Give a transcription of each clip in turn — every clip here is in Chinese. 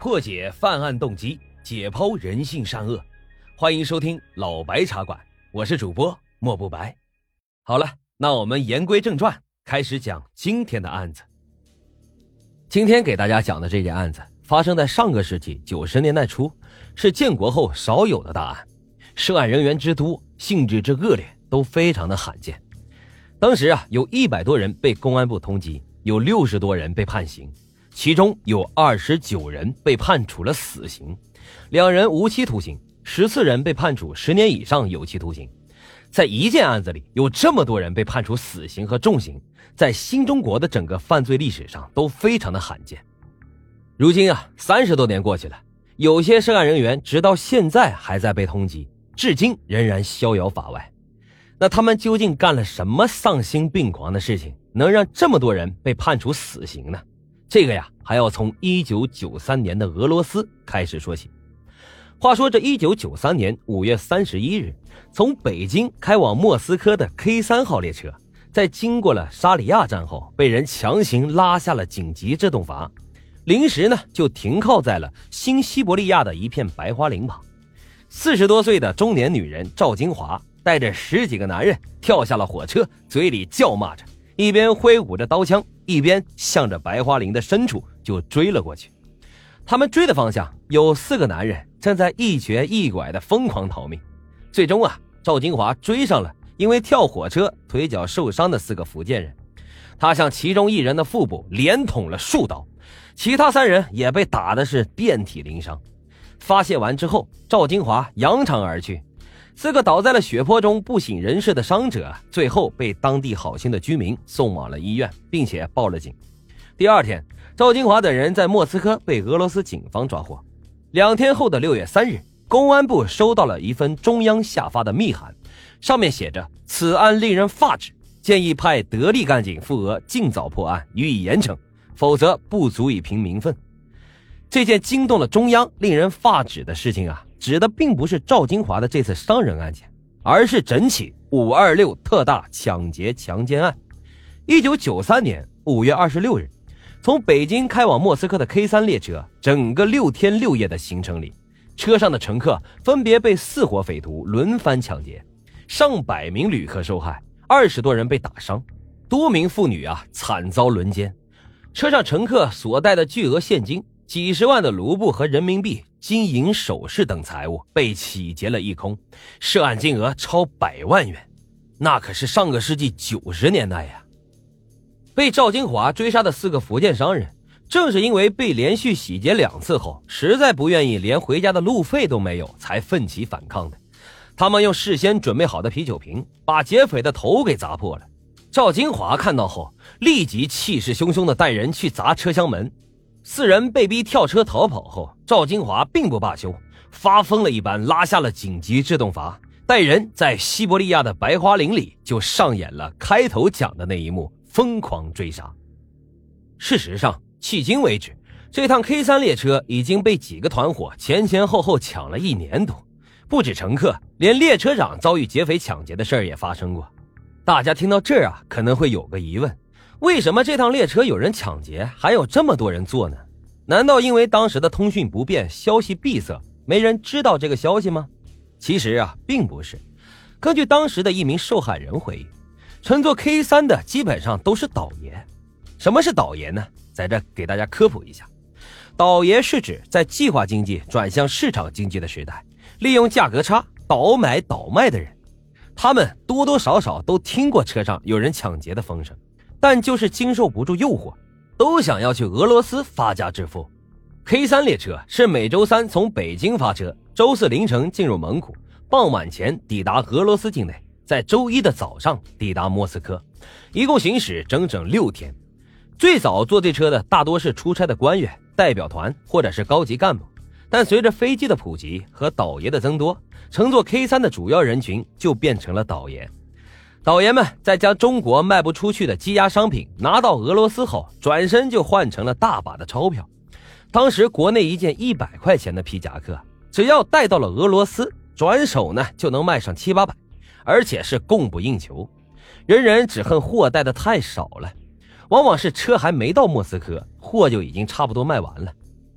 破解犯案动机，解剖人性善恶。欢迎收听老白茶馆，我是主播莫不白。好了，那我们言归正传，开始讲今天的案子。今天给大家讲的这件案子发生在上个世纪90年代初，是建国后少有的大案，涉案人员之多，性质之恶劣都非常的罕见。当时有100多人被公安部通缉，有60多人被判刑，其中有29人被判处了死刑，2人无期徒刑，14人被判处10年以上有期徒刑。在一件案子里有这么多人被判处死刑和重刑，在新中国的整个犯罪历史上都非常的罕见。如今30多年过去了，有些涉案人员直到现在还在被通缉，至今仍然逍遥法外。那他们究竟干了什么丧心病狂的事情，能让这么多人被判处死刑呢？这个还要从1993年的俄罗斯开始说起。话说这1993年5月31日，从北京开往莫斯科的 K3 号列车，在经过了沙里亚站后，被人强行拉下了紧急制动阀，临时就停靠在了新西伯利亚的一片白桦林旁。40多岁的中年女人赵金华带着10几个男人跳下了火车，嘴里叫骂着，一边挥舞着刀枪，一边向着白桦林的深处就追了过去。他们追的方向有4个男人正在一瘸一拐的疯狂逃命。最终赵金华追上了因为跳火车腿脚受伤的4个福建人，他向其中1人的腹部连捅了数刀，其他3人也被打的是遍体鳞伤。发泄完之后，赵金华扬长而去。4个倒在了血泊中不省人事的伤者，最后被当地好心的居民送往了医院，并且报了警。第二天，赵金华等人在莫斯科被俄罗斯警方抓获。2天后的6月3日，公安部收到了一份中央下发的密函，上面写着此案令人发指，建议派得力干警赴俄尽早破案，予以严惩，否则不足以平民愤。这件惊动了中央令人发指的事情指的并不是赵金华的这次伤人案件，而是整起526特大抢劫强奸案。1993年5月26日，从北京开往莫斯科的 K3 列车，整个6天6夜的行程里，车上的乘客分别被4伙匪徒轮番抢劫，上百名旅客受害，20多人被打伤，多名妇女惨遭轮奸。车上乘客所带的巨额现金、几十万的卢布和人民币、金银首饰等财物被洗劫了一空，涉案金额超100万元，那可是上个世纪90年代呀。被赵金华追杀的4个福建商人，正是因为被连续洗劫2次后，实在不愿意连回家的路费都没有，才奋起反抗的。他们用事先准备好的啤酒瓶把劫匪的头给砸破了。赵金华看到后，立即气势汹汹地带人去砸车厢门。4人被逼跳车逃跑后，赵金华并不罢休，发疯了一般拉下了紧急制动阀，带人在西伯利亚的白桦林里就上演了开头讲的那一幕疯狂追杀。事实上，迄今为止，这趟 K3 列车已经被几个团伙前后抢了1年多，不止乘客，连列车长遭遇劫匪抢劫的事儿也发生过。大家听到这儿可能会有个疑问，为什么这趟列车有人抢劫，还有这么多人坐呢？难道因为当时的通讯不便，消息闭塞，没人知道这个消息吗？其实并不是。根据当时的一名受害人回忆，乘坐 K3 的基本上都是倒爷。什么是倒爷呢？在这给大家科普一下。倒爷是指在计划经济转向市场经济的时代，利用价格差倒买倒卖的人。他们多多少少都听过车上有人抢劫的风声，但就是经受不住诱惑，都想要去俄罗斯发家致富。K3 列车是每周3从北京发车，周4凌晨进入蒙古，傍晚前抵达俄罗斯境内，在周1的早上抵达莫斯科，一共行驶整整6天。最早坐这车的大多是出差的官员、代表团或者是高级干部，但随着飞机的普及和倒爷的增多，乘坐 K3 的主要人群就变成了倒爷。倒爷们在将中国卖不出去的积压商品拿到俄罗斯后，转身就换成了大把的钞票。当时国内一件100块钱的皮夹克，只要带到了俄罗斯，转手就能卖上700-800，而且是供不应求。人人只恨货带的太少了，往往是车还没到莫斯科，货就已经差不多卖完了。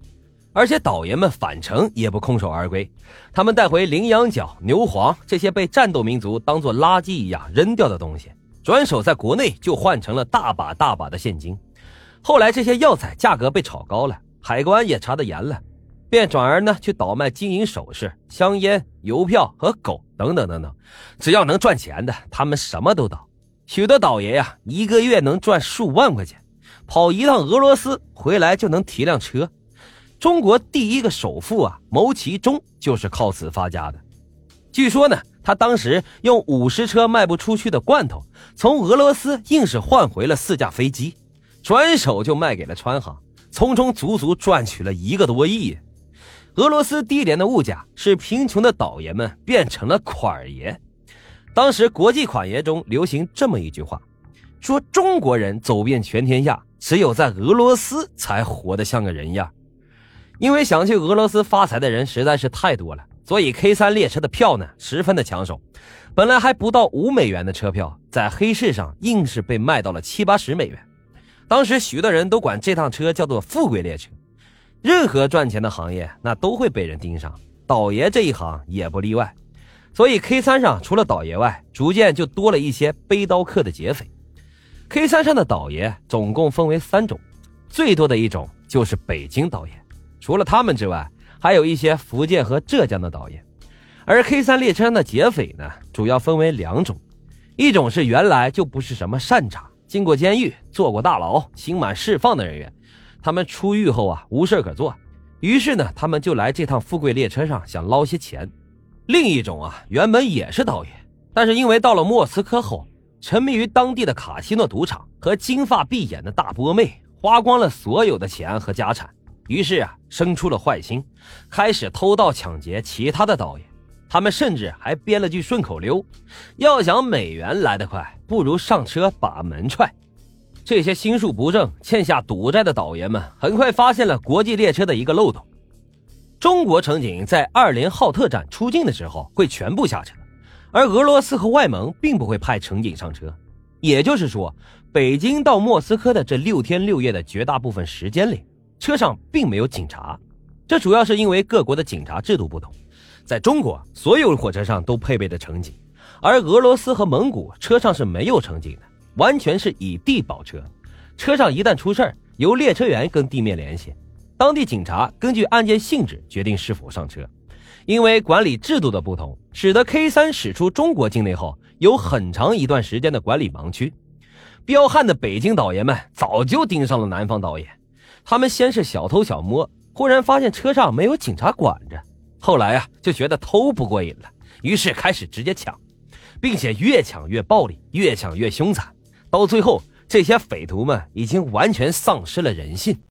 而且倒爷们返程也不空手而归，他们带回羚羊角、牛黄这些被战斗民族当作垃圾一样扔掉的东西，转手在国内就换成了大把大把的现金。后来这些药材价格被炒高了，海关也查得严了，便转而呢去倒卖金银首饰、香烟、邮票和狗等等等等，只要能赚钱的，他们什么都倒。许多倒爷呀，一个月能赚数万块钱，跑一趟俄罗斯回来就能提辆车。中国第一个首富啊，牟其中就是靠此发家的。据说呢，他当时用50车卖不出去的罐头，从俄罗斯硬是换回了4架飞机，转手就卖给了川航，从中足足赚取了1个多亿。俄罗斯低廉的物价使贫穷的倒爷们变成了款爷。当时国际款爷中流行这么一句话，说中国人走遍全天下，只有在俄罗斯才活得像个人样。因为想去俄罗斯发财的人实在是太多了，所以 K3 列车的票呢十分的抢手，本来还不到5美元的车票，在黑市上硬是被卖到了70-80美元。当时许多人都管这趟车叫做富贵列车，任何赚钱的行业那都会被人盯上，倒爷这一行也不例外。所以 K3 上除了倒爷外，逐渐就多了一些背刀客的劫匪。K3 上的倒爷总共分为3种，最多的一种就是北京倒爷，除了他们之外，还有一些福建和浙江的倒爷。而 K3 列车上的劫匪呢，主要分为2种，一种是原来就不是什么善茬，进过监狱、坐过大牢、刑满释放的人员，他们出狱后啊无事可做，于是呢他们就来这趟富贵列车上想捞些钱。另一种啊原本也是倒爷，但是因为到了莫斯科后，沉迷于当地的卡西诺赌场和金发碧眼的大波妹，花光了所有的钱和家产，于是啊生出了坏心，开始偷盗抢劫其他的倒爷。他们甚至还编了句顺口溜，要想美元来得快，不如上车把门踹。这些心术不正、欠下赌债的倒爷们很快发现了国际列车的一个漏洞。中国乘警在2连浩特站出境的时候会全部下车，而俄罗斯和外蒙并不会派乘警上车。也就是说，北京到莫斯科的这6天6夜的绝大部分时间里，车上并没有警察。这主要是因为各国的警察制度不同，在中国所有火车上都配备的乘警，而俄罗斯和蒙古车上是没有乘警的，完全是以地保车。车上一旦出事，由列车员跟地面联系，当地警察根据案件性质决定是否上车。因为管理制度的不同，使得 K3 驶出中国境内后有很长一段时间的管理盲区。彪悍的北京倒爷们早就盯上了南方倒爷，他们先是小偷小摸，忽然发现车上没有警察管着，后来啊就觉得偷不过瘾了，于是开始直接抢，并且越抢越暴力，越抢越凶残，到最后这些匪徒们已经完全丧失了人性。